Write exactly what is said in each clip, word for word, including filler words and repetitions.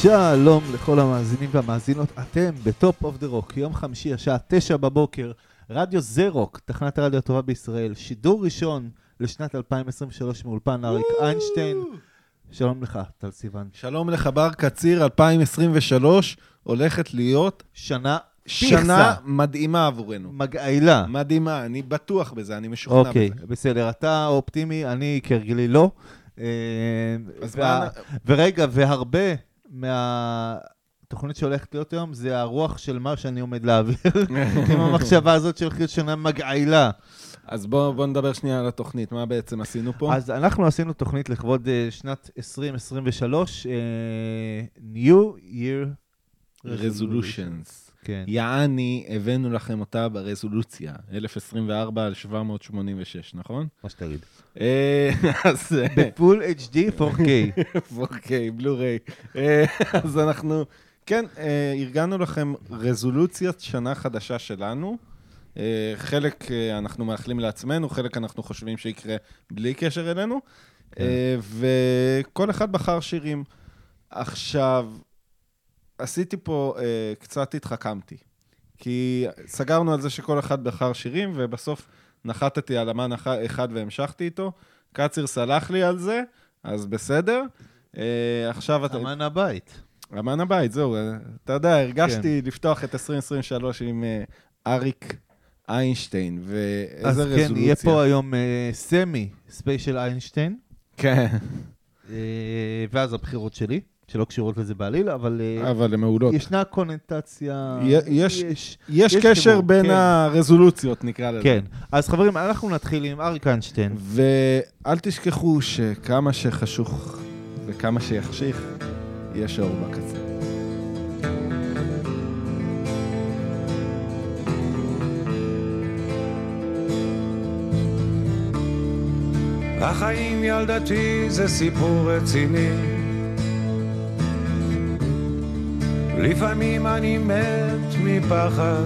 שלום לכל המאזינים והמאזינות, אתם בטופ אוף דה רוק, יום חמישי, השעה תשע בבוקר, רדיו זרוק, תחנת הרדיו הטובה בישראל, שידור ראשון לשנת אלפיים עשרים ושלוש מאולפן אריק איינשטיין. שלום לך, טל סיוון. שלום לך, בר קציר, אלפיים עשרים ושלוש הולכת להיות שנה שנה מדהימה עבורנו. מגעילה. מדהימה, אני בטוח בזה, אני משוכנע בזה. אוקיי, בסדר, אתה אופטימי, אני כרגלי לא. ורגע, והרבה מהתוכנית שהולכת להיות היום, זה הרוח של מה שאני עומד להעביר, עם המחשבה הזאת של שנה מגעילה. אז בואו בוא נדבר שנייה על התוכנית, מה בעצם עשינו פה? אז אנחנו עשינו תוכנית לכבוד שנת עשרים עשרים ושלוש, New Year Resolutions. כן. יעני, הבאנו לכם אותה ברזולוציה, אלף עשרים וארבע על שבע מאות שמונים ושש, נכון? מה שתגיד. אז... בפול אייץ' די פור קיי. פור קיי, בלו-ריי. אז אנחנו, כן, ארגנו לכם רזולוציית שנה חדשה שלנו. חלק אנחנו מאחלים לעצמנו, חלק אנחנו חושבים שיקרה בלי קשר אלינו. וכל אחד בחר שירים. עכשיו... עשיתי פה, uh, קצת התחכמתי, כי סגרנו על זה שכל אחד בחר שירים, ובסוף נחתתי על אמן אחד והמשכתי איתו. קציר סלח לי על זה, אז בסדר. Uh, עכשיו אתה... אמן הבית. אמן הבית, זהו. אתה יודע, הרגשתי כן. לפתוח את עשרים עשרים ושלוש עם uh, אריק איינשטיין, ואיזה אז רזולוציה. אז כן, יהיה פה היום uh, סמי, ספיישל איינשטיין. כן. Uh, ואז הבחירות שלי. שלא קשירות לזה בעליל, אבל... אבל הן מעולות. ישנה קונוטציה... יש, יש, יש קשר חיבור, בין כן. הרזולוציות, נקרא לזה. כן. אז חברים, אנחנו נתחיל עם אריק איינשטיין. ואל תשכחו שכמה שחשוך וכמה שיחשיך, יש אור בקצה. החיים ילדתי זה סיפור רציני, לפעמים אני מת מפחד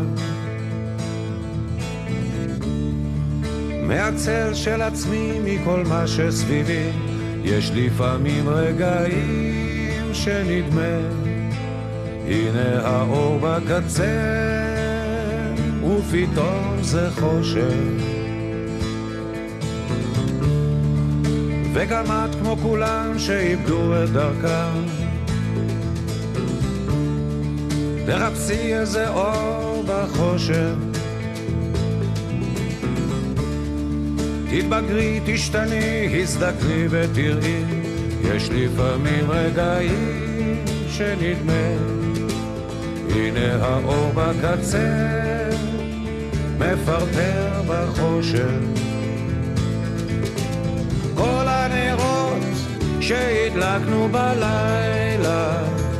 מהצל של עצמי, מכל מה שסביבי. יש לפעמים רגעים שנדמה הנה האור בקצה, ופתאום זה חושך. וגם את כמו כולם שאיבדו את דרכם, תחפשי איזה אור בחושך, תתבגרי, תשתני, הזדקני ותראי. יש לפעמים רגעים שנדמה הנה האור בקצה, מפרפר בחושך. כל הנרות שהדלקנו בלילה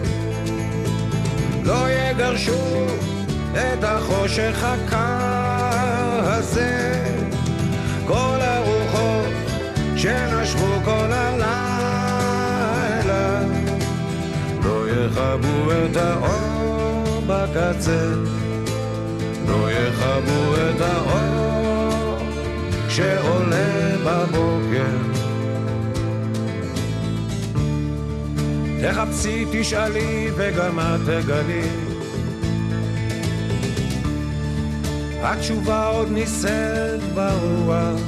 לא יגרשו את החושך הקר הזה. כל הרוחות שנשבו כל הלילה לא יחבו את האור בקצה, לא יחבו את האור שעולה בבוקר. תחפשי, תשאלי וגם את תגלי, התשובה עוד ניסית ברוח.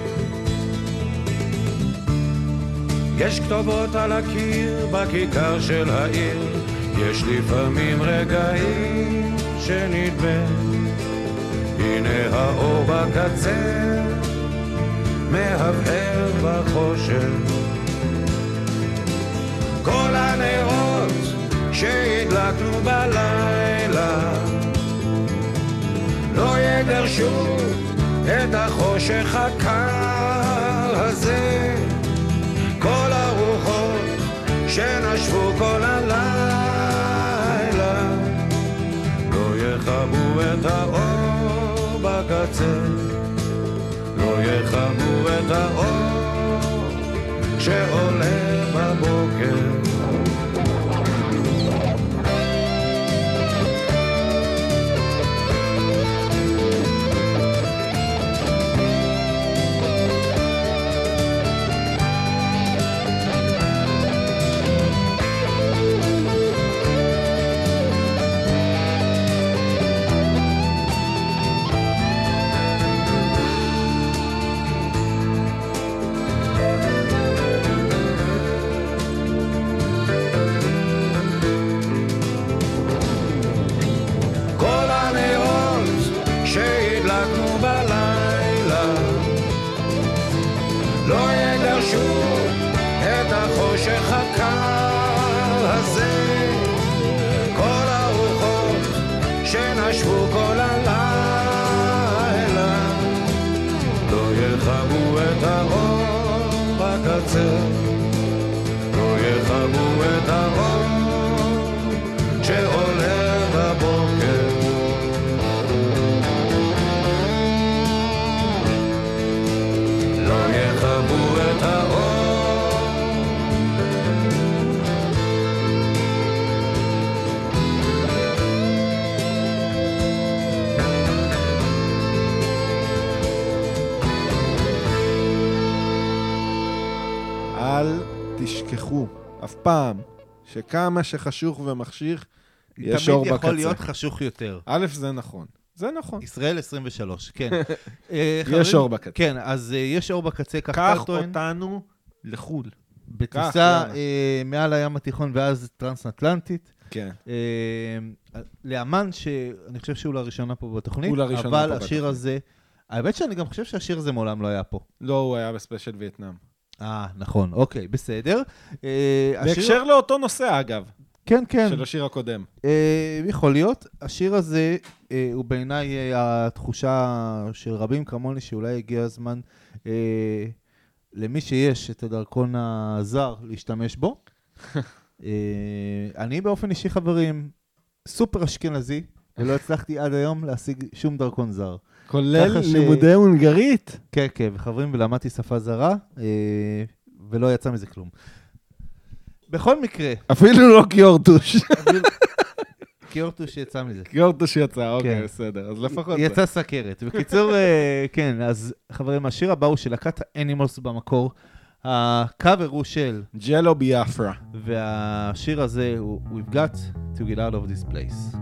יש כתובות על הקיר בכיכר של העיר, יש לפעמים רגעים שנדמה הנה האור בקצה, מהבהר בחושך. כל הנרות שהדלקנו בלילה לא יגרשו את החושך הקר הזה. כל הרוחות שנשבו כל הלילה לא יחבו את האור בקצה, לא יחבו את האור שעולה בבוקר. הקהל הזה, כל הרוחות שנשבו כל הלילה, לא יחבו את האור בקצה, לא יחבו את האור שעולה בבוקר. לא יחבו את האור אל תשכחו אף פעם שכמה שחשוך ומחשיך יש אור בקצה. תמיד יכול להיות חשוך יותר. א', זה נכון. זה נכון. ישראל עשרים ושלוש, כן. יש אור בקצה. כן, אז יש אור בקצה, כך קח טלטוין. אותנו לחול. בטיסה מעל הים התיכון ואז טרנס-אטלנטית. כן. לאמן, שאני חושב שהוא לראשונה פה בתוכנית. הוא לראשונה פה אבל בתוכנית. השיר הזה, האמת שאני גם חושב שהשיר הזה מעולם לא היה פה. לא, הוא היה בספיישל וייטנאם. אה, נכון, אוקיי, בסדר. בהקשר לאותו נושא, אגב. כן, כן. של השיר הקודם. יכול להיות. השיר הזה הוא בעיניי התחושה של רבים כמוני, שאולי הגיע הזמן למי שיש את הדרכון הזר להשתמש בו. אני באופן אישי, חברים, סופר אשכנזי, ולא הצלחתי עד היום להשיג שום דרכון זר. כולל לימודי הונגרית? כן, כן, וחברים, ולמדתי שפה זרה, ולא יצא מזה כלום. בכל מקרה... אפילו לא קיורטוש. קיורטוש יצא מזה. קיורטוש יצא, אוקיי, בסדר. אז לפחות... יצא סכרת. בקיצור, כן, אז חברים, השיר הבא הוא של להקת האנימלס במקור. הקאבר הוא של... ג'לו ביאפרה. והשיר הזה הוא We've got to get out of this place.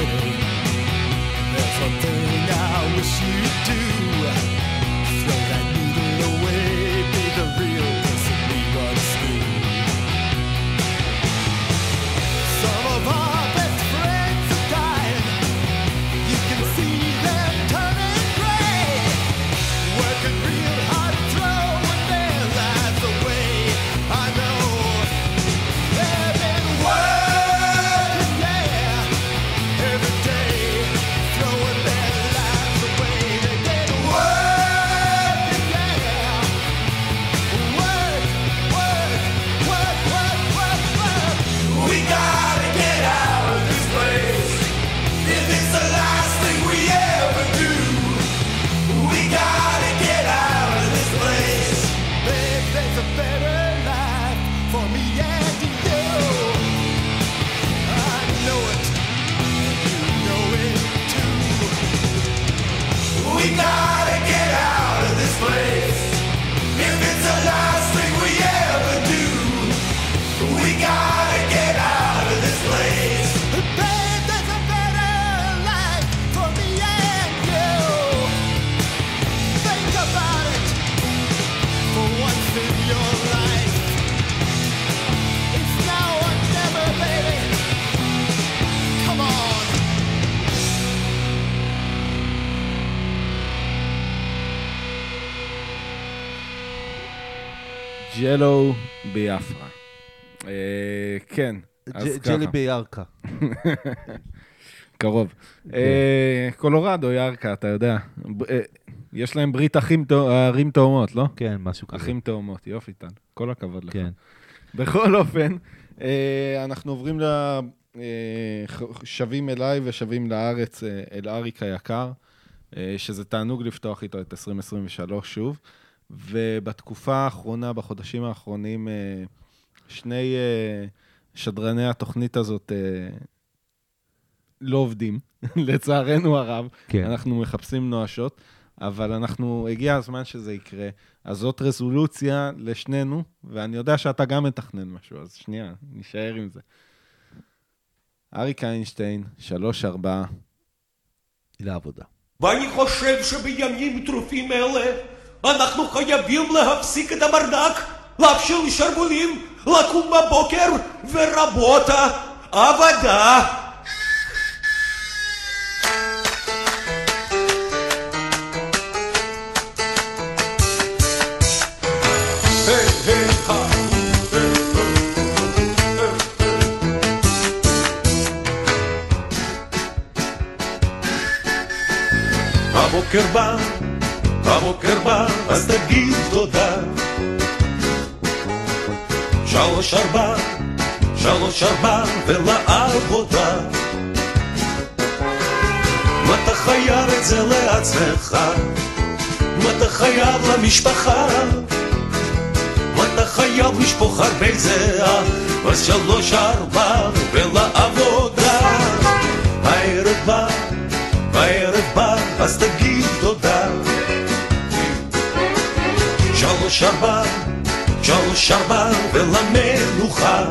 say. There's one thing I wish you'd do. Throw that needle away, be the real person we once knew. Some of our best friends have died. You can see them turning gray. Working real hard to throw their lives away. I know they've been working, yeah, every day, throwing their lives away. They've been working, yeah, work, work, work, work, work, work. We gotta get out of this place. If it's the last thing we ever do, we gotta get out of this place. Babe, there's a better life for me and you. I know it, you know it too. We gotta get out of this place. If it's the last thing we ever do, we gotta get out of this place. Babe, there's a better life for me and you. Think about it for once in your life. It's now or never, baby. Come on. ג'לו ביפרה. אה, כן, אז ג'- ככה. ג'לי בירקה. קרוב. אה, קולורדו, ירקה, אתה יודע. ב- אה, יש להם ברית אחים תא- ערים תאומות, לא? כן, משהו כזה. אחים תאומות, יופי, טל. כל הכבוד לך. כן. בכל אופן, אה, אנחנו עוברים ל... אה, ח- שווים אליי ושווים לארץ, אה, אל אריק היקר, אה, שזה תענוג לפתוח איתו את עשרים עשרים ושלוש שוב, ובתקופה האחרונה, בחודשים האחרונים, אה, שני אה, שדרני התוכנית הזאת אה, לא עובדים, לצערנו הרב. כן. אנחנו מחפשים נואשות, אבל אנחנו, הגיע הזמן שזה יקרה. אז זאת רזולוציה לשנינו, ואני יודע שאתה גם מתכנן משהו, אז שנייה, נשאר עם זה. אריק איינשטיין, שלוש ארבע. לעבודה. ואני חושב שבימים טרופים אלה אנחנו חייבים להפסיק את הברדק, להפשיל שרוולים, לקום בבוקר ורבותה, עבודה. הבוקר בא, הבוקר בא, אז תגיד תודה. שלוש ארבע, שלוש ארבע ולעבודה. אתה חייב את זה לעצמך, אתה חייב למשפחה, אתה חייב לשפוך הרבה זהה, אז שלוש ארבע ולעבודה. הערב בא, הערב בא, אז תגיד תודה. שלוש ארבע, שלוש ארבע ולמנוחה.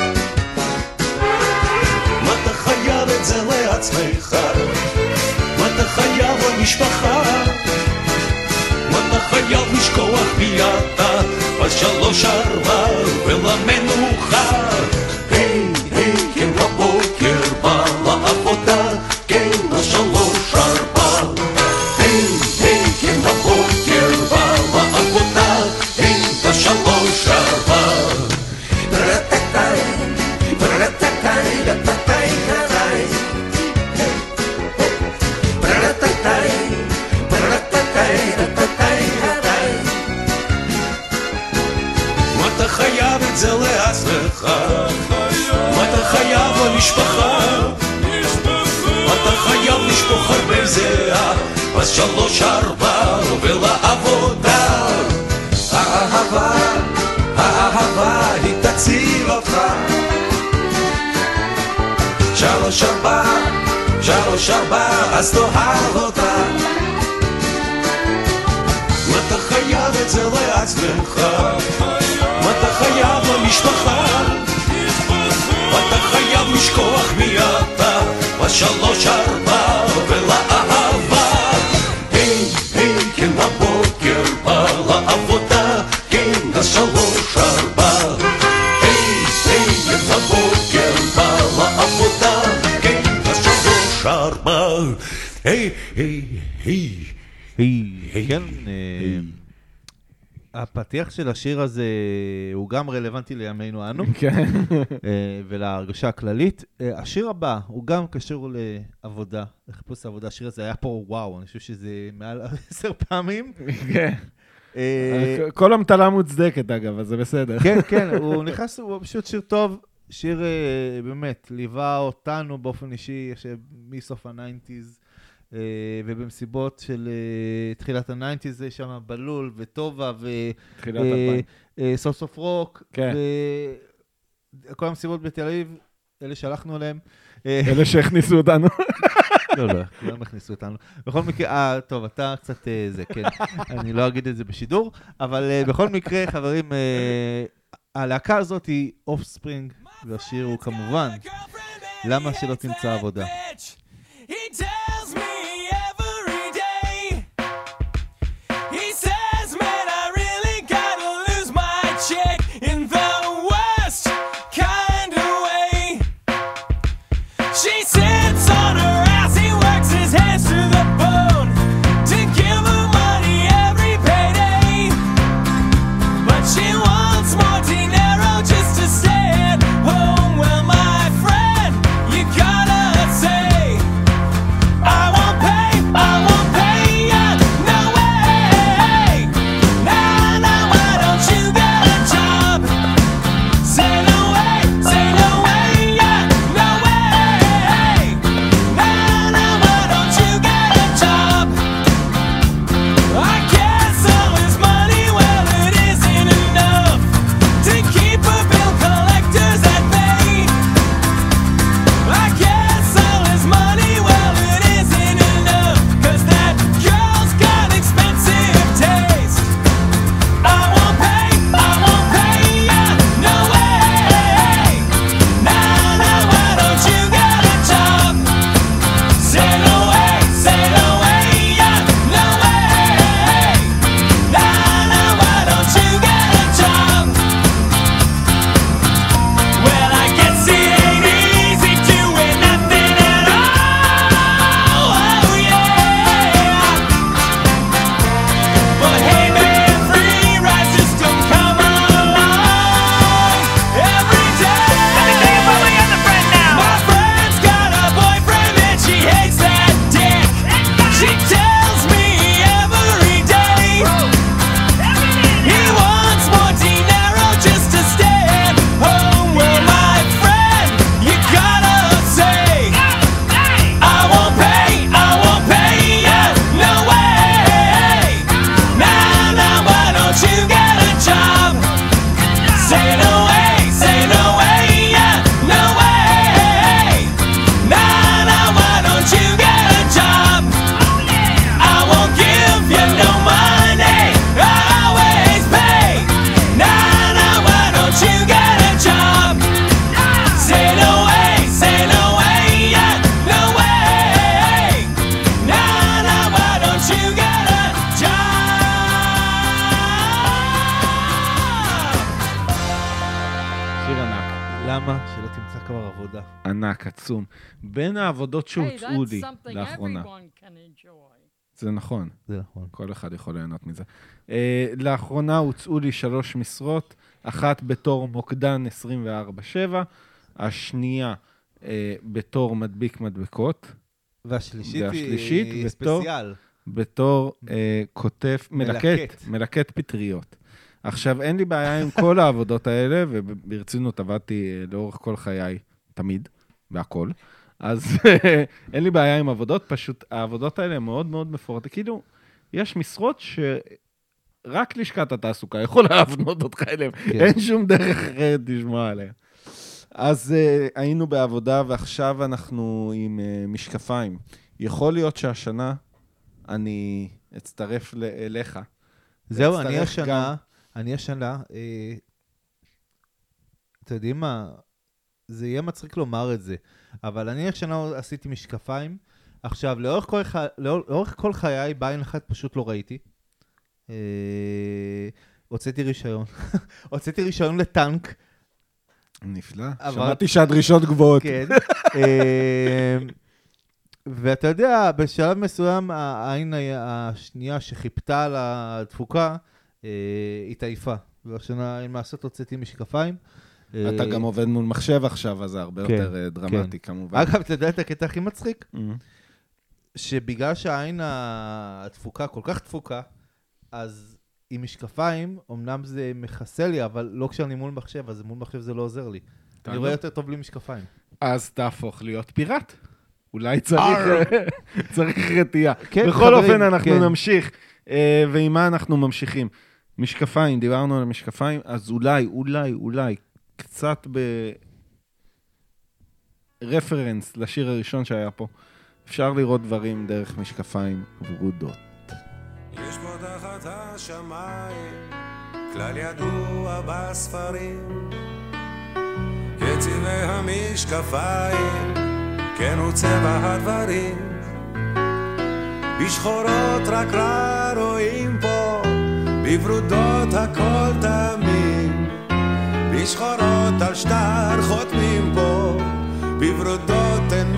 אתה חייב את זה לעצמך, אתה חייב למשפחה, אתה חייב לשכוח מי אתה, אז שלוש ארבע ולמנוחה. היי, היי, כן בבוקר בא לעבודה, כן לשלוש ארבע. היי, היי, כן בבוקר בא לעבודה, כן לשלוש ארבע. פרטקאי, פרטקאי, פרטקאי, פרטקאי, פרטקאי, פרטקאי. אתה חייב את זה לעצמך, אתה חייב למשפחה, אתה חייב לשפוך הרבה זהה, אז שלוש ארבע ולעבודה. האהבה, האהבה היא תציל אותך. שלוש ארבע, שלוש ארבע, אז תאהב אותה. אתה חייב את זה לעצמך, אתה חייב למשפחה, אתה חייב לשכוח מי אתה, בשלוש ארבע ולאהבה. היי, היי, כן הבוקר בא לעבודה, כן השלוש ארבע. היי, היי, כן הבוקר בא לעבודה, כן השלוש ארבע. היי, היי, היי. היי, כן, אה, הפתיח של השיר הזה הוא גם רלוונטי לימינו אנו, כן. אה, ולהרגשה הכללית. אה, השיר הבא הוא גם קשור לעבודה, לחיפוש העבודה. השיר הזה היה פה, וואו, אני חושב שזה מעל עשר פעמים. כן. אה, כל המטלה מוצדקת אגב, אז זה בסדר. כן, כן, הוא נכנס, הוא פשוט שיר טוב, שיר אה, באמת, ליווה אותנו באופן אישי, מסוף הניינטיז, אה, ובמסיבות של אה, תחילת הניינטיז, זה שם בלול וטובה, תחילת אלפיים. וסוף סוף רוק, כן. וכל המסיבות בתל אביב, אלה שהלכנו עליהם. אלה שהכניסו אותנו. לא, לא, כולם הכניסו אותנו. בכל מקרה, אה, טוב, אתה קצת אה, זה, כן, אני לא אגיד את זה בשידור, אבל אה, בכל מקרה, חברים, אה, הלהקה הזאת היא אופספרינג, והשיר הוא כמובן, למה שלא תמצא עבודה. He tells me every day. He says, man, I really gotta lose my chick in the worst kind of way. She sits on her ass, he works his hands to the bone to give her money every payday. But she wants more dinero just to stay at home. Well, my friend, you gotta say, I won't pay, I won't pay ya, no way. Nah, nah, why don't you get a job? Say no way, say no way, yeah, no way. Nah, nah, why don't you get a job? I guess all his money, well, it isn't enough to keep a bill collectors at bay. I guess all his money, well, it isn't enough, 'cause that girl's got expensive taste. I won't pay, I won't pay ya, no way. Nah, nah, why don't you get a job? Say no way, say no way, yeah, no way. Nah, nah, why don't you get a job? Well, I guess it ain't easy doing nothing at all. Oh, yeah. But hey, man, free rides just don't come along every day. Let me tell you about my other friend now. My friend's got a boyfriend and she hates that dick. She tells me every day he wants more dinero just to stay at home. Well, my friend, you gotta say, I won't pay, I won't pay ya, no way. Nah, nah, why don't you get a job? Say no way, say no way, yeah, no way. Nah, nah, why don't you get a job? I won't give you no money, I always pay. Nah, nah, why don't you get a job? Say no way, say no way, yeah, no way. Nah, nah, why don't you get a job? שיר ענק. למה שלא תמצא כבר עבודה? ענק, עצום. בין העבודות Hey, שהוצאו that's לי something לאחרונה. everyone can enjoy. זה נכון. זה נכון. כל אחד יכול ליהנות מזה. Uh, לאחרונה הוצאו לי שלוש משרות, אחת בתור מוקדן עשרים וארבע שבע, השנייה uh, בתור מדביק מדבקות, והשלישית והשלישית היא בתור- ספציאל. בתור uh, כותב, מלקט, מלקט. מלקט פטריות. עכשיו, אין לי בעיה עם כל העבודות האלה, וברצינות עבדתי uh, לאורך כל חיי, תמיד, והכל. אז אין לי בעיה עם עבודות, פשוט העבודות האלה הן מאוד מאוד מפורטות. כאילו, יש משרות שרק לשכת התעסוקה יכולה להבנות אותך אליהם. כן. אין שום דרך אחרת לשמוע עליהם. אז uh, היינו בעבודה, ועכשיו אנחנו עם uh, משקפיים. יכול להיות שהשנה אני אצטרף ל- אליך. זהו, אני אצטרך השנה, גם- אני השנה, אה, אתם יודעים מה, זה יהיה מצחיק לומר את זה, אבל אני איך שנה עשיתי משקפיים, עכשיו, לאורך כל, ח... לאורך כל חיי, בעין אחת פשוט לא ראיתי. אה... הוצאתי רישיון. הוצאתי רישיון לטנק. נפלא. אבל... שמעתי שהדרישות גבוהות. כן. אה... ואתה יודע, בשלב מסוים, העין השנייה שחיפתה על הדפוקה, אה... התעיפה. והשנה, עם מעשות, הוצאתי משקפיים. אתה גם עובד מול מחשב עכשיו, אז זה הרבה יותר דרמטי, כמובן. אגב, אתה יודע את הקטע הכי מצחיק? שבגלל שהעין הדפוקה כל כך דפוקה, אז עם משקפיים, אמנם זה מכסה לי, אבל לא כשאני מול מחשב, אז מול מחשב זה לא עוזר לי. אני רואה יותר טוב בלי משקפיים. אז תהפוך להיות פיראט. אולי צריך רתיעה. בכל אופן, אנחנו נמשיך. ועם מה אנחנו ממשיכים? משקפיים, דיברנו על משקפיים, אז אולי, אולי, אולי, קצת ברפרנס לשיר הראשון שהיה פה, אפשר לראות דברים דרך משקפיים ורודות. יש פה תחת השמיים, כלל ידוע בספרים, כצבעי המשקפיים, כן הוא צבע הדברים, בשחורות רק רע רואים פה, בברודות הכל תמים, בשחורות על שטר חותמים פה, בברודות אין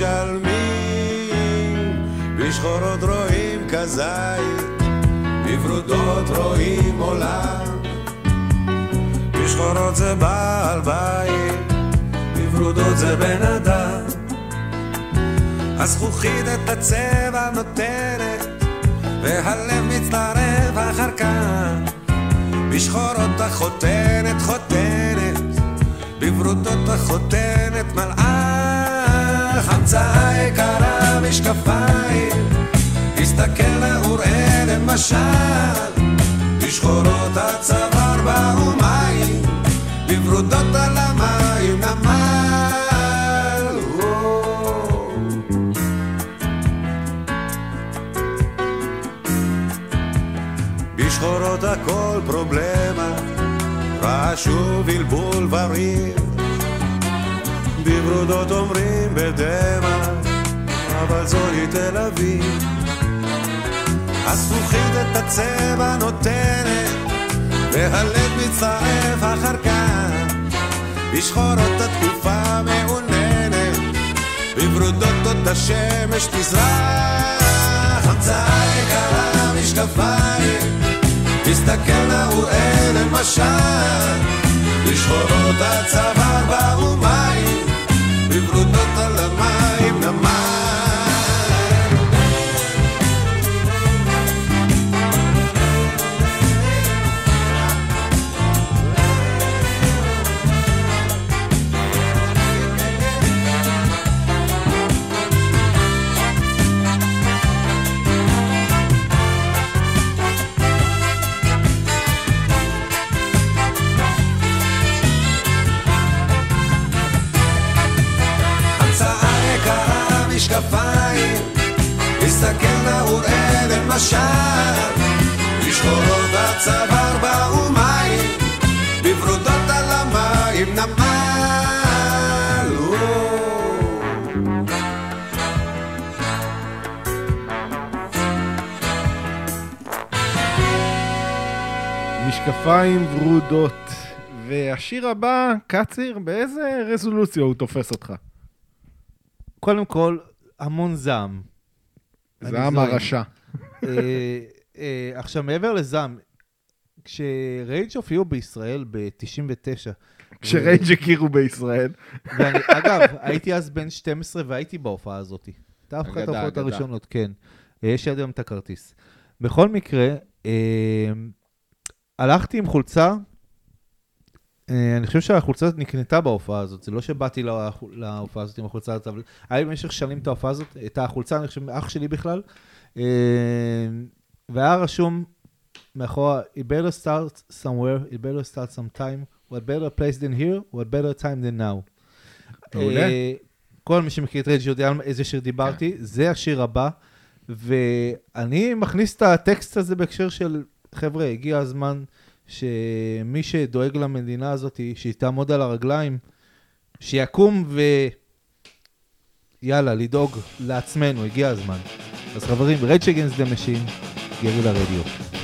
משלמים, בשחורות רואים כזית, בברודות רואים עולם, בשחורות זה בעל בית, בברודות זה בן אדם, הזכוכית את הצבע נותנת, והלב מצטרף אחר כך, בשחורות החותנת חותנת, בברודות החותנת מלאך, המצאה יקרה משקפיים, תסתכל לאוראה למשל, בשחורות הצוואר באו מים, בברודות על המים נמל. בשחורות הכל פרובלמה, רעש ובלבול וריב, בברודות אומרים בדמה, אבל זוהי תל אביב, הזכוכית את הצבע נותנת, והלב מצטרף אחר כך, בשחורות התקופה מעוננת, בברודות עוד השמש תזרח, המצאה יקרה משקפיים, תסתכל לאוראה למשל, בשחורות הצוואר באו מים, בברודות על המים נמל. משקפיים, תסתכל לאוראה למשל, בשחורות הצוואר באו מים, בברודות על המים נמל. משקפיים ורודות. והשיר הבא, קציר, באיזה רזולוציה הוא תופס אותך? קודם כל, המון זעם. זעם הרשע. עכשיו, מעבר לזעם, כשרייג' הופיעו בישראל ב-תשעים ותשע... כשרייג' הכירו בישראל. אגב, הייתי אז בן שתים עשרה והייתי בהופעה הזאת. הייתה אחת ההופעות הראשונות, כן. יש עד היום את הכרטיס. בכל מקרה, הלכתי עם חולצה, אני חושב שהחולצה הזאת נקנתה בהופעה הזאת, זה לא שבאתי להופעה הזאת עם החולצה הזאת, אבל היה לי במשך שנים את ההופעה הזאת, את החולצה, אני חושב, אח שלי בכלל, והיה רשום מאחורה, it better start somewhere, it better start sometime, what better place than here, what better time than now. כל מי שמכיר את רייג' יודע על איזה שיר דיברתי, זה השיר הבא, ואני מכניס את הטקסט הזה בהקשר של, חבר'ה, הגיע הזמן שמי שדואג למדינה הזאת, שהיא תעמוד על הרגליים, שיקום ו... יאללה, לדאוג לעצמנו, הגיע הזמן. אז חברים, Rage Against the Machine, גרילה רדיו.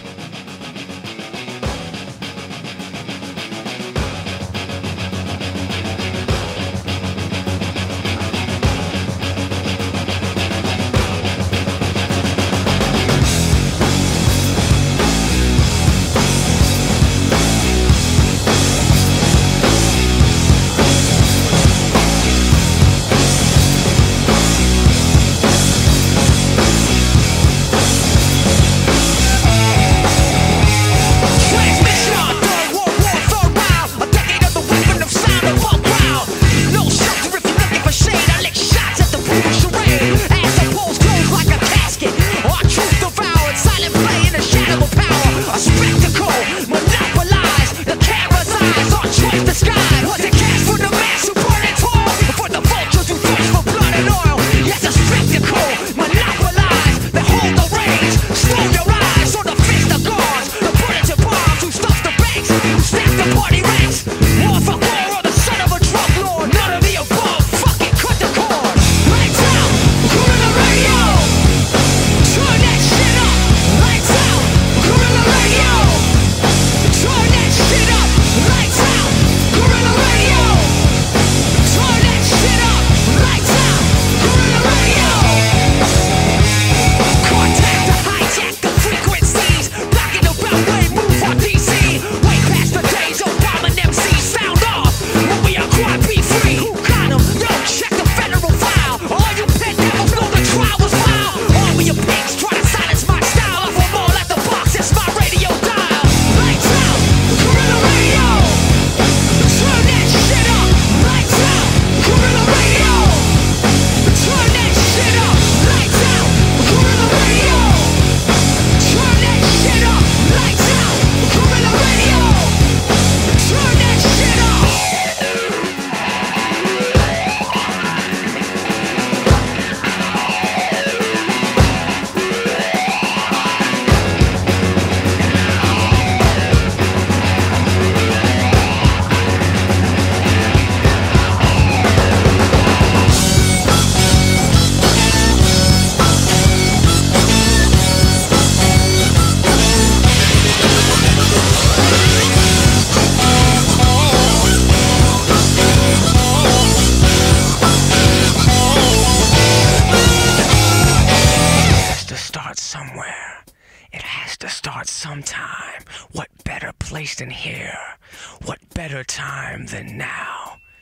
than here. What better time than now?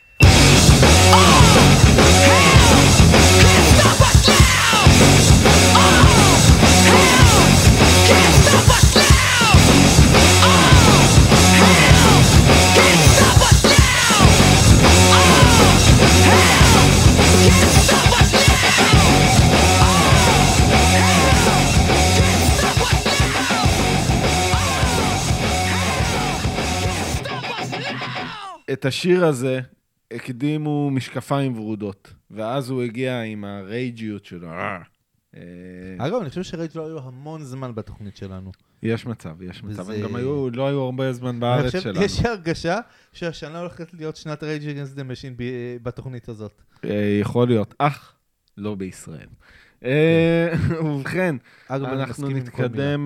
את השיר הזה הקדימו משקפיים ורודות, ואז הוא הגיע עם הרייג'יות שלו. אגב, אני חושב שרייג' לא היו המון זמן בתוכנית שלנו. יש מצב, יש מצב. וזה... הם גם היו, לא היו הרבה זמן בארץ שלנו. יש הרגשה שהשנה הולכת להיות שנת Rage Against the Machine בתוכנית הזאת. יכול להיות, אך לא בישראל. ובכן, אנחנו נתקדם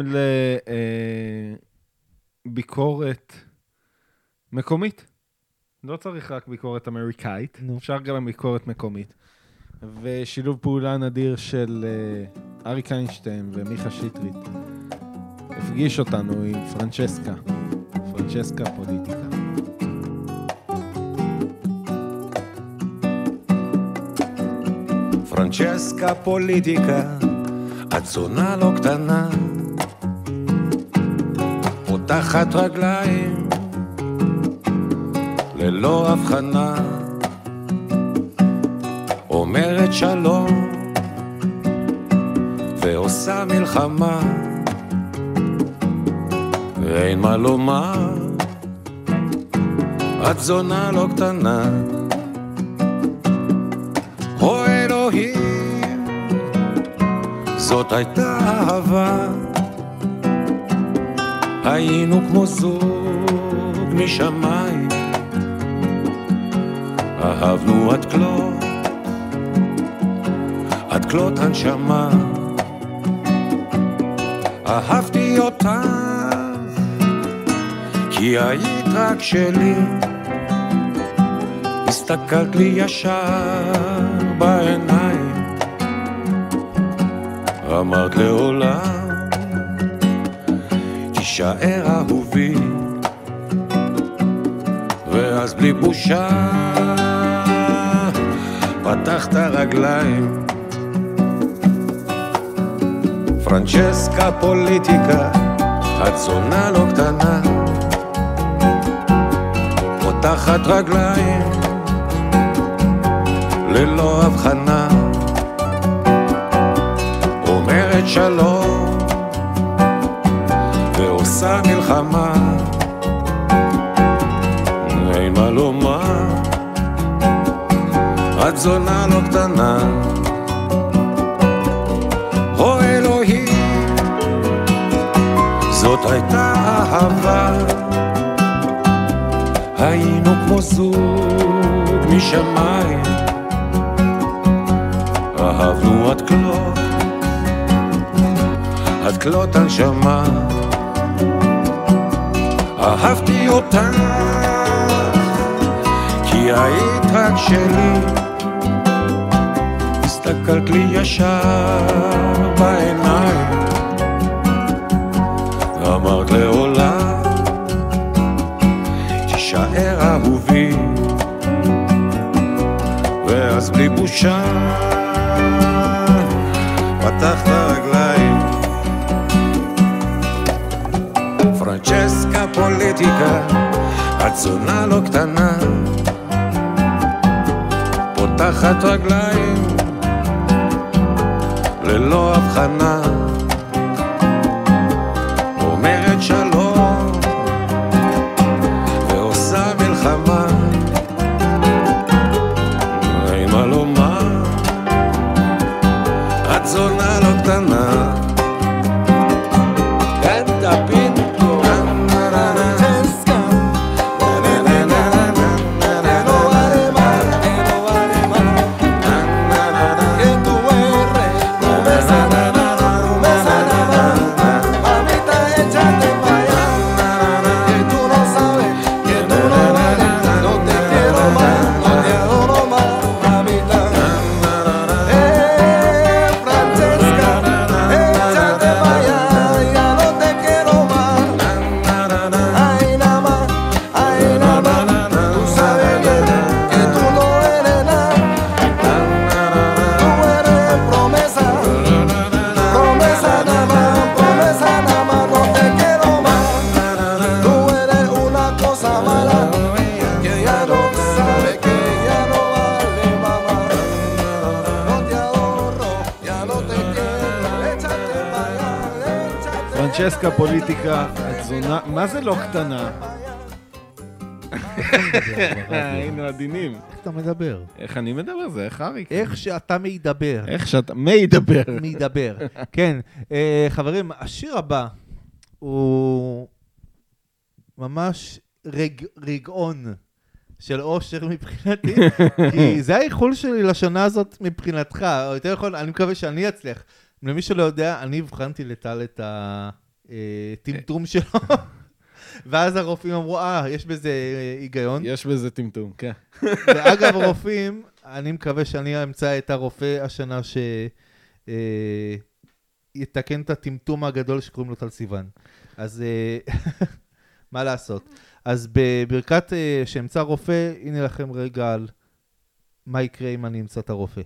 לביקורת מקומית. לא צריך רק ביקורת אמריקאית, אפשר גם ביקורת מקומית. ושילוב פעולה נדיר של אריק איינשטיין ומיכה שטרית הפגיש אותנו עם פרנצ'סקה, פרנצ'סקה פוליטיקה. פרנצ'סקה פוליטיקה, הצונה לא קטנה, פותחת רגליים ללא הבחנה, אומרת שלום ועושה מלחמה, ואין מה לומר, את זונה לא קטנה. או אלוהים, זאת הייתה אהבה, היינו כמו זוג משמיים, אהבנו עד כלות, עד כלות הנשמה. אהבתי אותך, כי היית רק שלי. הסתכלת לי ישר בעיניים, אמרת לעולם, תישאר אהובי. ואז בלי בושה פתחת רגליים. פרנצ'סקה פוליטיקה, את זונה לא קטנה, פותחת רגליים ללא הבחנה, אומרת שלום ועושה מלחמה. אין מה לומר, את זונה לא קטנה. או אלוהים, זאת הייתה אהבה, היינו כמו זוג משמיים, אהבנו עד כלות, עד כלות הנשמה. אהבתי אותה, כי היית רק שלי. הסתכלת לי ישר בעיניים, אמרת לעולם, תישאר אהובי. ואז בלי בושה פתחת רגליים. פרנצ'סקה פוליטיקה, את זונה לא קטנה, פותחת רגליים ללא הבחנה, אומרת שלום ועושה מלחמה. אין מה לומר, את זונה לא קטנה. קנטה פינטו פרנצ'סקה פוליטיקה, את זונה, מה זה לא קטנה? היינו עדינים. איך אתה מדבר? איך אני מדבר? זה איך אריק. איך שאתה מידבר. איך שאתה מידבר. מידבר. כן. אה, חברים, השיר הבא הוא ממש רג, רגעון של אושר מבחינתי, כי זה האיחול שלי לשנה הזאת מבחינתך, או יותר יכול, אני מקווה שאני אצליח. למי שלא יודע, אני הבחנתי לטל את הטמטום שלו, ואז הרופאים אמרו, אה, יש בזה היגיון. יש בזה טמטום, כן. ואגב, הרופאים, אני מקווה שאני אמצא את הרופא השנה שיתקן את הטמטום הגדול שקוראים לו טל סיוון. אז מה לעשות? אז בברכת שאמצא רופא, הנה לכם רגע על מה יקרה אם אני אמצא את הרופא.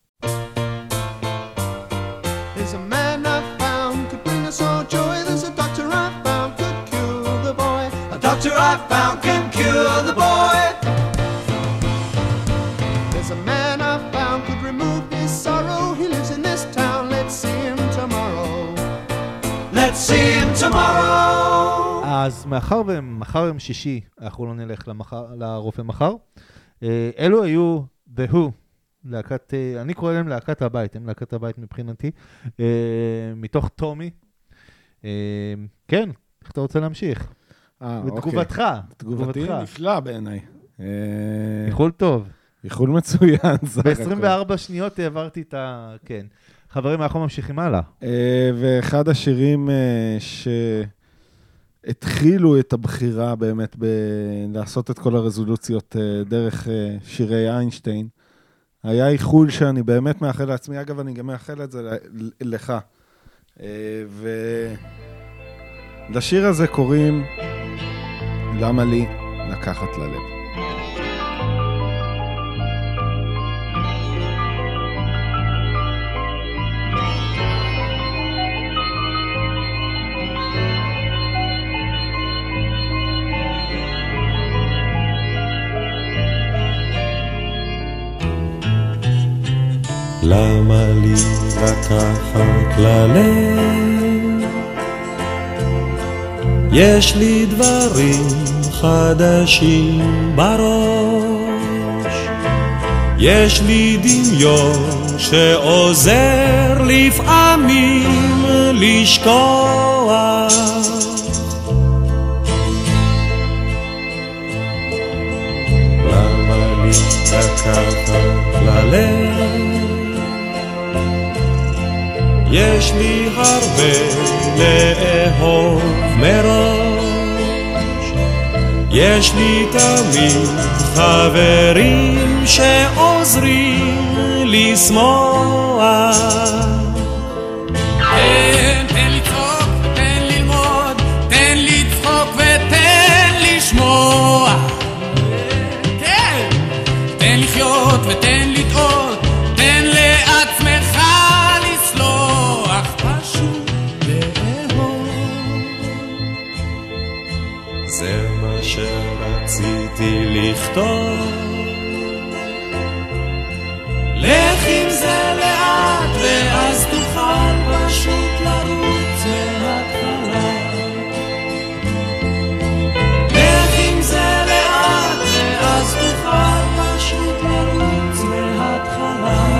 There's a man I found could bring us all joy. There's a doctor I found could cure the boy. A doctor I found can cure the boy. There's a man I found could remove his sorrow. He lives in this town. Let's see him tomorrow. Let's see him tomorrow. אז מאחר ומחר יום שישי, אנחנו לא נלך למחר, לרופא מחר. אלו היו The Who. להקת, אני קורא להם להקת הבית, הם להקת הבית מבחינתי, מתוך טומי. כן, איך אתה רוצה להמשיך? ותגובתך. תגובתי נפלא בעיניי. איחול טוב. איחול מצוין. סך הכל. ב-עשרים וארבע שניות העברתי את ה... כן. חברים, אנחנו ממשיכים הלאה. אה, ואחד השירים אה, שהתחילו את הבחירה באמת ב- לעשות את כל הרזולוציות אה, דרך אה, שירי איינשטיין, היה איחול שאני באמת מאחל לעצמי, אגב, אני גם מאחל את זה ל- לך. אה, ולשיר הזה קוראים למה לי לקחת ללב. למה לי לקחת ללב? יש לי דברים חדשים בראש, יש לי דמיון שעוזר לפעמים לשכוח. למה לי לקחת ללב? יש לי הרבה לאהוב מראש, יש לי תמיד חברים שעוזרים לשמוח. תן, תן לצחוק, תן ללמוד, תן לצחוק ותן לשמוע. כן, תן לחיות ותן לטעות, תן לעצמך לסלוח, פשוט לאהוב. זה מה שרציתי לכתוב, לך עם זה לאט ואז תוכל פשוט לרוץ מההתחלה. לך עם זה לאט ואז תוכל פשוט לרוץ מההתחלה.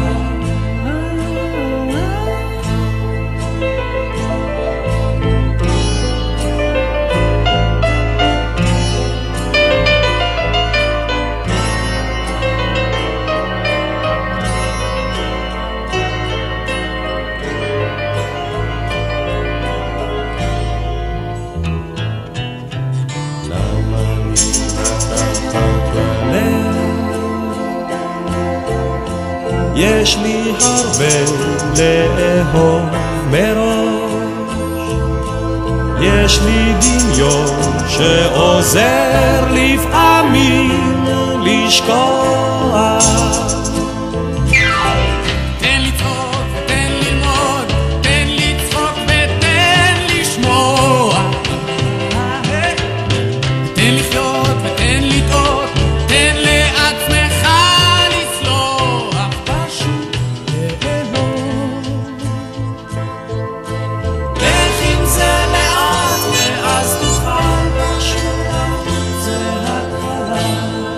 יש לי הרבה לאהוב מראש, יש לי דמיון שעוזר לפעמים לשכוח. תן לצחוק ותן ללמוד, תן לצחוק ותן לשמוע. תן לחיות ותן לטעות, תן לעצמך לסלוח, פשוט לאהוב. לך עם זה לאט ואז תוכל פשוט לרוץ מההתחלה.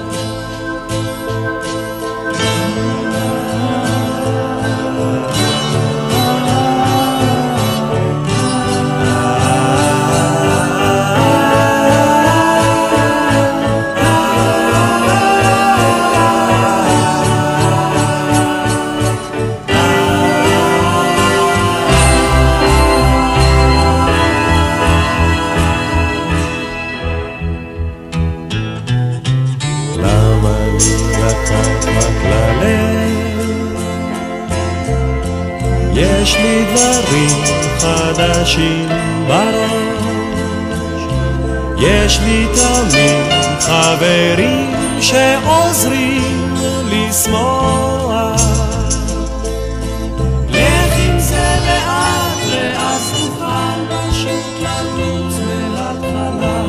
למה לי לקחת ללב? יש לי דברים חדשים בראש, יש לי תמיד חברים שעוזרים לשמוח. לך עם זה לאט ואז תוכל פשוט לרוץ מההתחלה.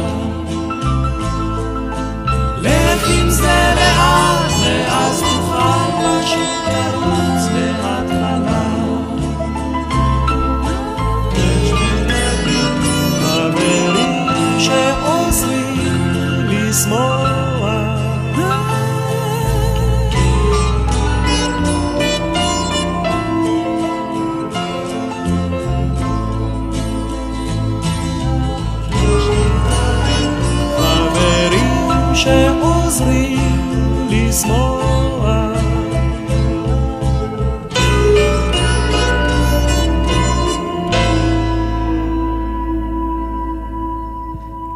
לך עם זה לאט ואז תוכל פשוט לרוץ מההתחלה. חברים שעוזרים לשמוח.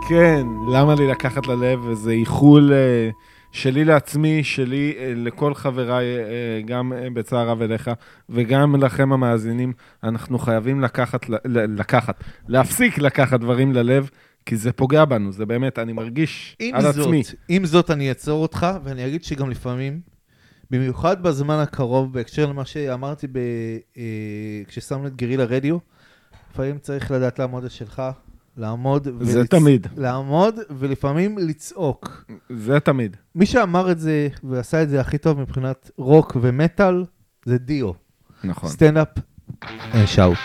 כן, למה לי לקחת ללב, וזה איחול אה, שלי לעצמי, שלי אה, לכל חבריי, אה, גם אה, בצער רב אליך, וגם לכם המאזינים, אנחנו חייבים לקחת, ל- לקחת, להפסיק לקחת דברים ללב, כי זה פוגע בנו, זה באמת, אני מרגיש על זאת, עצמי. עם זאת, אני אעצור אותך, ואני אגיד שגם לפעמים, במיוחד בזמן הקרוב, בהקשר למה שאמרתי ב, אה, כששמנו את גרילה רדיו, לפעמים צריך לדעת לעמוד על שלך, לעמוד זה ולצ... תמיד. לעמוד ולפעמים לצעוק. זה תמיד. מי שאמר את זה ועשה את זה הכי טוב מבחינת רוק ומטל, זה דיו. נכון. סטנדאפ, שאוט.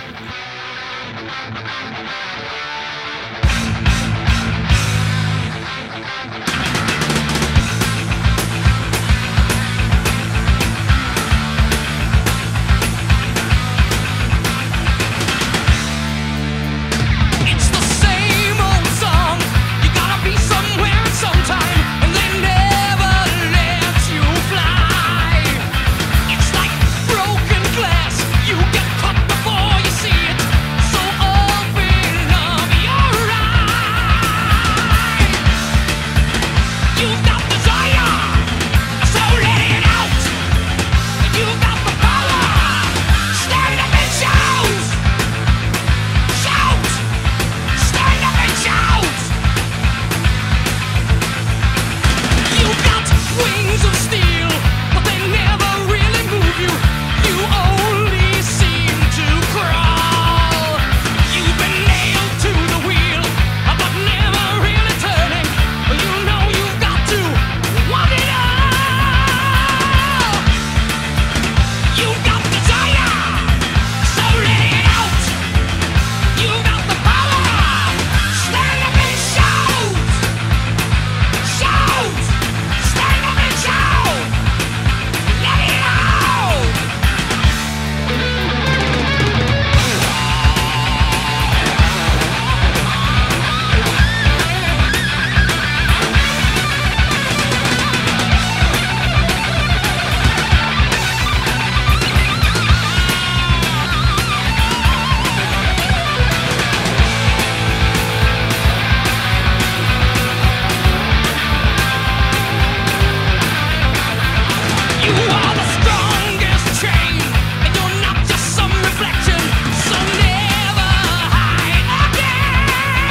It's the same old song. You gotta be somewhere sometime, and they never let you fly. It's like broken glass. You get cut before you see it. So open up your eyes. You've got desire, so let it out. You've got the power. Stand up and shout. Shout! Stand up and shout! You've got wings of steel, but they never really move you. You only seem to crawl. You've been nailed to the wheel, but never really turning. You know you've got to want it all. You've got desire, so let it out. You've got the power. Stand up and shout. Shout. Stand up and shout. Let it out. You are the strongest chain, and you're not just some reflection, so never hide again.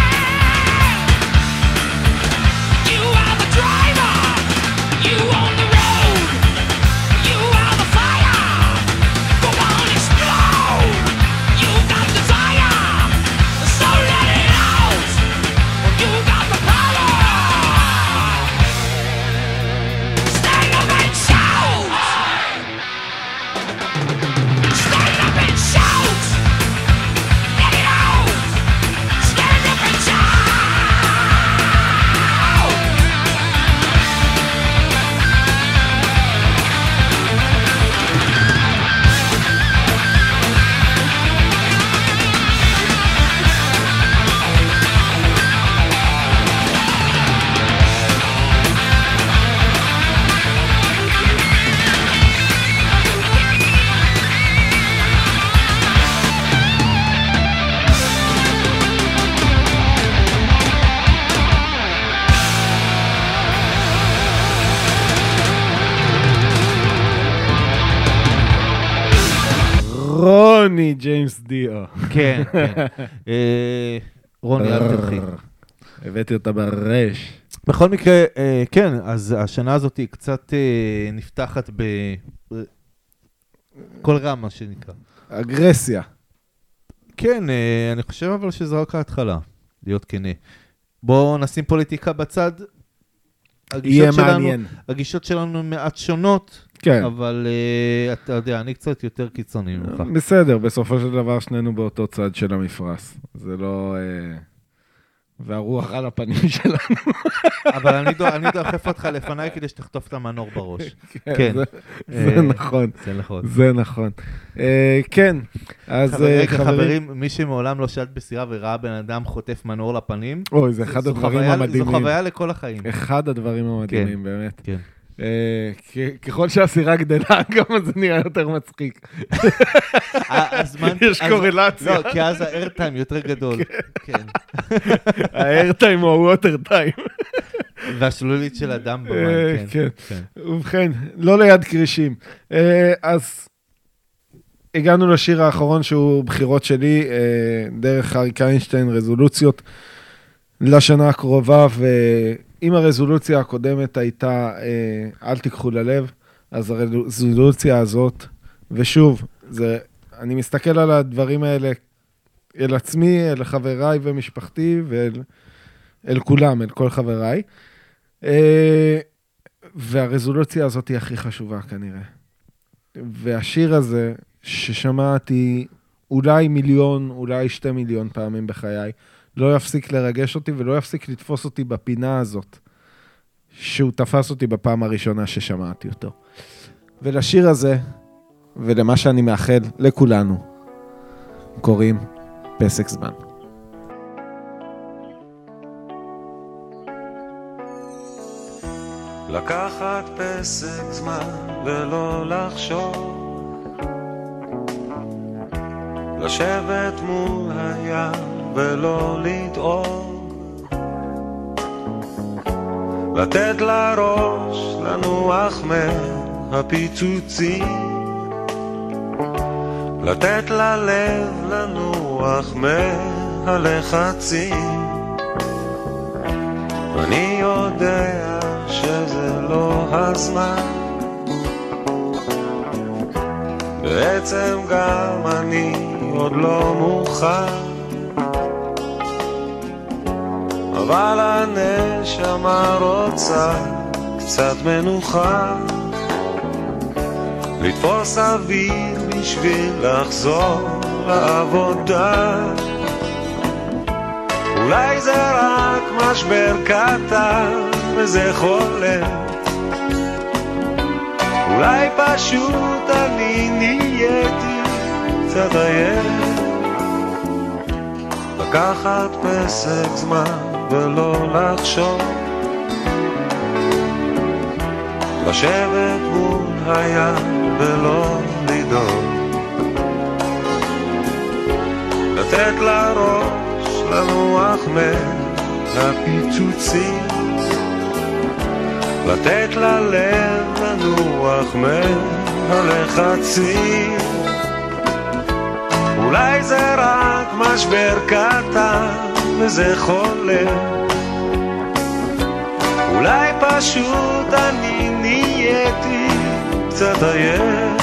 You are the driver, you on the road, you are the fire, go on explode. You got desire, so let it out. You got the power. Stand up and shout! Stand up and shout! Let it out! Stand up and shout! רוני ג'יימס דיו. כן, כן. אה, רוני, אל תלכי. הבאתי אותה ברש. בכל מקרה, אה, כן, אז השנה הזאת היא קצת אה, נפתחת בכל רע, מה שנקרא. אגרסיה. כן, אה, אני חושב אבל שזו רק ההתחלה, להיות כנה. בואו נשים פוליטיקה בצד. יהיה הגישות שלנו- מעניין. הגישות שלנו מעט שונות, כן. אבל אה, אתה יודע, אני קצת יותר קיצוני ממך. בסדר, בסופו של דבר שנינו באותו צד של המפרס. זה לא... אה, והרוח על הפנים שלנו. אבל אני דו- אני דוחף אותך לפניי כדי שתחטוף את המנור בראש. כן. זה- אה, זה נכון. זה נכון. זה נכון. אה, כן, אז חבר- אה, רגע, חברים... חברים, מי שמעולם לא שט בסירה וראה בן אדם חוטף מנור לפנים, אוי, זה אחד זו הדברים חוויה- המדהימים. זו חוויה לכל החיים. אחד הדברים המדהימים, באמת. כן. אה, כ- ככל שהסירה גדלה, גם זה נראה יותר מצחיק. הזמן... יש אז- קורלציה. לא, כי אז האיירטיים יותר גדול. כן. האיירטיים או הווטרטיים. והשלולית של אדם אה, במים, כן. כן. ובכן, לא ליד כרישים. אה, אז הגענו לשיר האחרון שהוא בחירות שלי, אה, דרך אריק איינשטיין, רזולוציות לשנה הקרובה, ואם הרזולוציה הקודמת הייתה, אה, אל תיקחו ללב, אז הרזולוציה הזאת, ושוב, זה, אני מסתכל על הדברים האלה, אל עצמי, אל חבריי ומשפחתי, ואל אל כולם, אל כל חבריי. אה, והרזולוציה הזאת היא הכי חשובה כנראה. והשיר הזה, ששמעתי אולי מיליון, אולי שתי מיליון פעמים בחיי, לא יפסיק לרגש אותי ולא יפסיק לתפוס אותי בפינה הזאת, שהוא תפס אותי בפעם הראשונה ששמעתי אותו. ולשיר הזה, ולמה שאני מאחל לכולנו, קוראים פסק זמן. לקחת פסק זמן ולא לחשוב, לשבת מול הים ולא לדאוג, לתת לראש לנוח מהפיצוצים, לתת ללב לנוח מהלחצים. אני יודע שזה לא הזמן, בעצם גם אני עוד לא מוכן, אבל הנשמה רוצה קצת מנוחה, לתפוס אוויר בשביל לחזור לעבודה. אולי זה רק משבר קטן וזה חולף, אולי פשוט אני נהייתי קצת עייף. לקחת פסק זמן ולא לחשוב, לשבת מול הים ולא לדאוג, לתת לראש לנוח מהפיצוצים, לתת ללב לנוח מהלחצים. אולי זה רק משבר קטן וזה חולף, אולי פשוט אני נהייתי קצת עייף.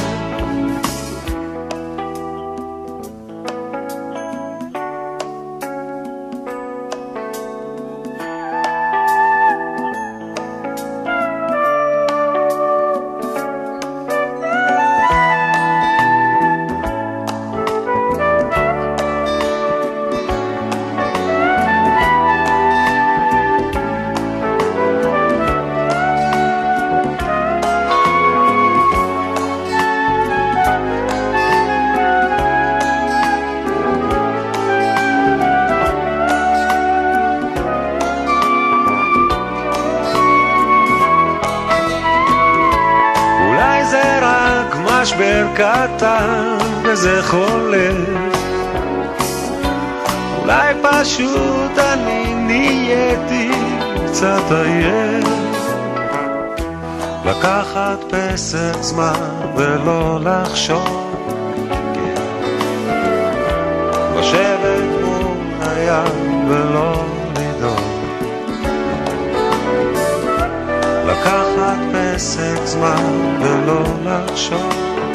משבר קטן וזה חולף, אולי פשוט אני נהייתי קצת עייף. לקחת פסק זמן ולא לחשוב, לשבת מול הים ולא לדאוג, לקחת פסק זמן ולא לחשוב,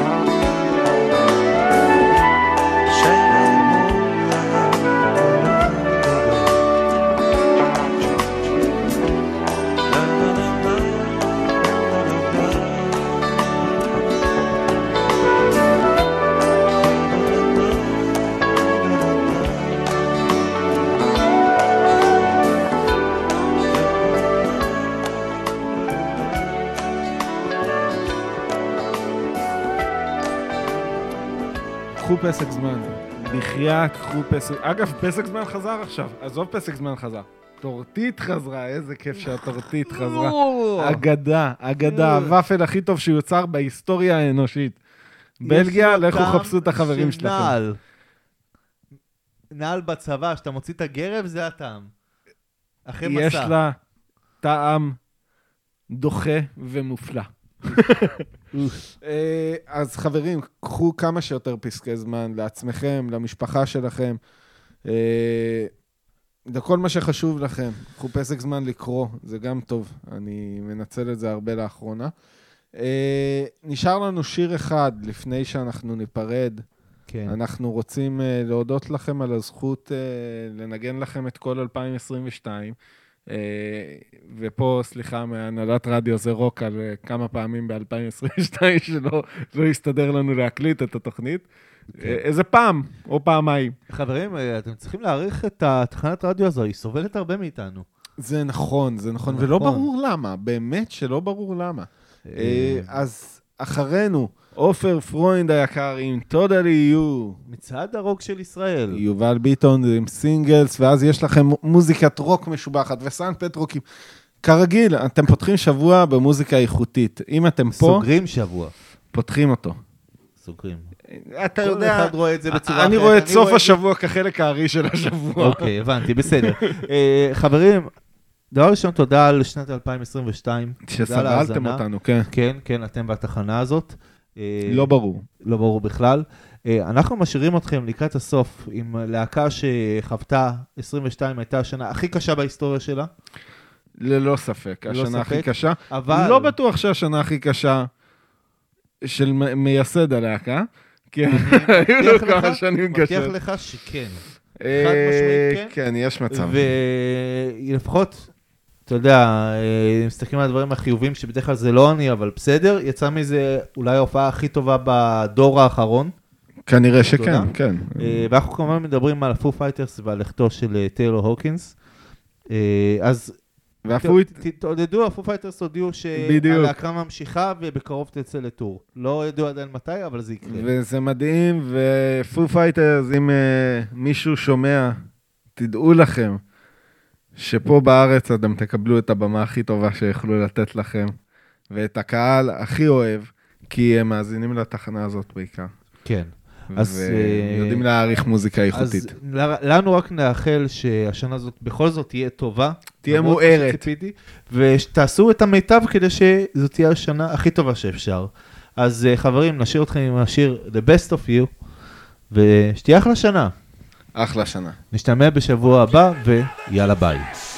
קחו פסק זמן, בחייאת, קחו פסק... אגב, פסק זמן חזר עכשיו, עזוב פסק זמן חזר. טורטית חזרה, איזה כיף שהטורטית חזרה. אגדה, אגדה, הוואפל הכי טוב שיוצר בהיסטוריה האנושית. בלגיה, לכו חפשו את החברים שלכם. נעל. נעל בצבא, שאתה מוציא את הגרב, זה הטעם. אחרי מסע. יש לה טעם דוחה ומופלא. אז חברים, קחו כמה שיותר פסקי זמן לעצמכם, למשפחה שלכם, לכל מה שחשוב לכם. קחו פסק זמן לקרוא, זה גם טוב, אני מנצל את זה הרבה לאחרונה. נשאר לנו שיר אחד לפני שאנחנו ניפרד. כן. אנחנו רוצים להודות לכם על הזכות לנגן לכם את כל אלפיים עשרים ושתיים. ופה, סליחה, מהנהלת רדיו זה רוק על כמה פעמים ב-אלפיים עשרים ושתיים שלא לא יסתדר לנו להקליט את התוכנית. איזה פעם, או פעמיים. חברים, אתם צריכים להעריך את התחנת רדיו הזו, היא סובלת הרבה מאיתנו. זה נכון, זה נכון, ולא ברור למה, באמת שלא ברור למה. אז אחרינו, עופר פרוינד היקר עם Totally You. מצעד הרוק של ישראל. יובל ביטון עם סינגלס, ואז יש לכם מוזיקת רוק משובחת, וסן פטרוקים. כרגיל, אתם פותחים שבוע במוזיקה איכותית. אם אתם פה... סוגרים שבוע. פותחים אותו. סוגרים. אתה יודע... כל אחד רואה את זה בצורה אחרת. אני רואה את סוף השבוע כחלק הארי של השבוע. אוקיי, הבנתי, בסדר. חברים, דבר ראשון, תודה על שנת אלפיים עשרים ושתיים. שסבלתם אותנו, כן. כן, כן, אתם בתחנה הזאת. לא ברור. לא ברור בכלל. אנחנו משאירים אתכם לקראת הסוף עם להקה שחוותה עשרים ושתיים, הייתה השנה הכי קשה בהיסטוריה שלה. ללא ספק, השנה הכי קשה. אבל... לא בטוח שהשנה הכי קשה של מייסד הלהקה, כי היו לו כמה שנים קשות. מבטיח לך שכן. חד משמעית כן. כן, יש מצב. ולפחות... אתה יודע, מסתכלים על הדברים החיובים, שבדרך כלל זה לא אני, אבל בסדר, יצא מזה אולי ההופעה הכי טובה בדור האחרון. כנראה שכן, כן. ואנחנו כמובן מדברים על הפו פייטרס ועל לכתו של טיילור הוקינס. אז תעודדו, הפו פייטרס הודיעו שהלהקה ממשיכה ובקרוב תצא לטור. לא ידעו עדיין מתי, אבל זה יקרה. וזה מדהים, ופו פייטרס, אם מישהו שומע, תדעו לכם, שפה בארץ אתם תקבלו את הבמה הכי טובה שיכולו לתת לכם, ואת הקהל הכי אוהב, כי הם מאזינים לתחנה הזאת בעיקר. כן. אז... ויודעים להעריך מוזיקה איכותית. אז לנו רק נאחל שהשנה הזאת בכל זאת תהיה טובה. תהיה מוארת. ותעשו את המיטב כדי שזאת תהיה השנה הכי טובה שאפשר. אז חברים, נשאיר אתכם עם השיר The Best of You, ושתהיה אחלה שנה. אחלה שנה. נשתמע בשבוע הבא, ויאללה ביי.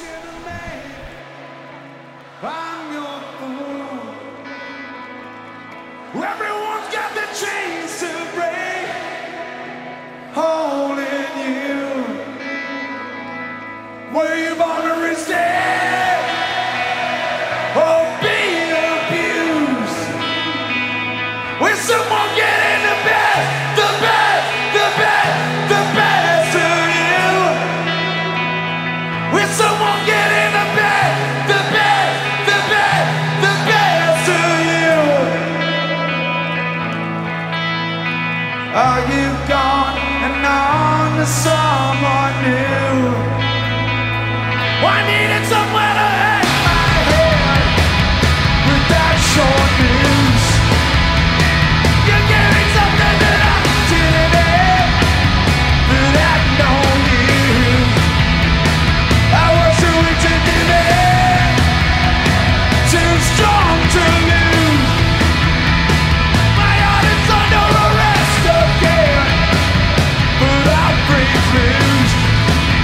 Everyone's got the chains to break, holding you. Were you born to resist or be abused? When someone get in the best, the best, the best, the best of you. When someone get in the best, the best, the best, the best of you. Are you gone and on to someone new? I needed somewhere to hang my head with that short news. You're giving something that I didn't have, that I don't need. I was too weak to do that, too strong to lose. My heart is under arrest again, but I'll break loose.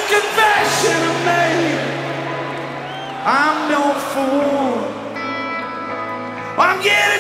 confession I made. I'm no fool. I'm getting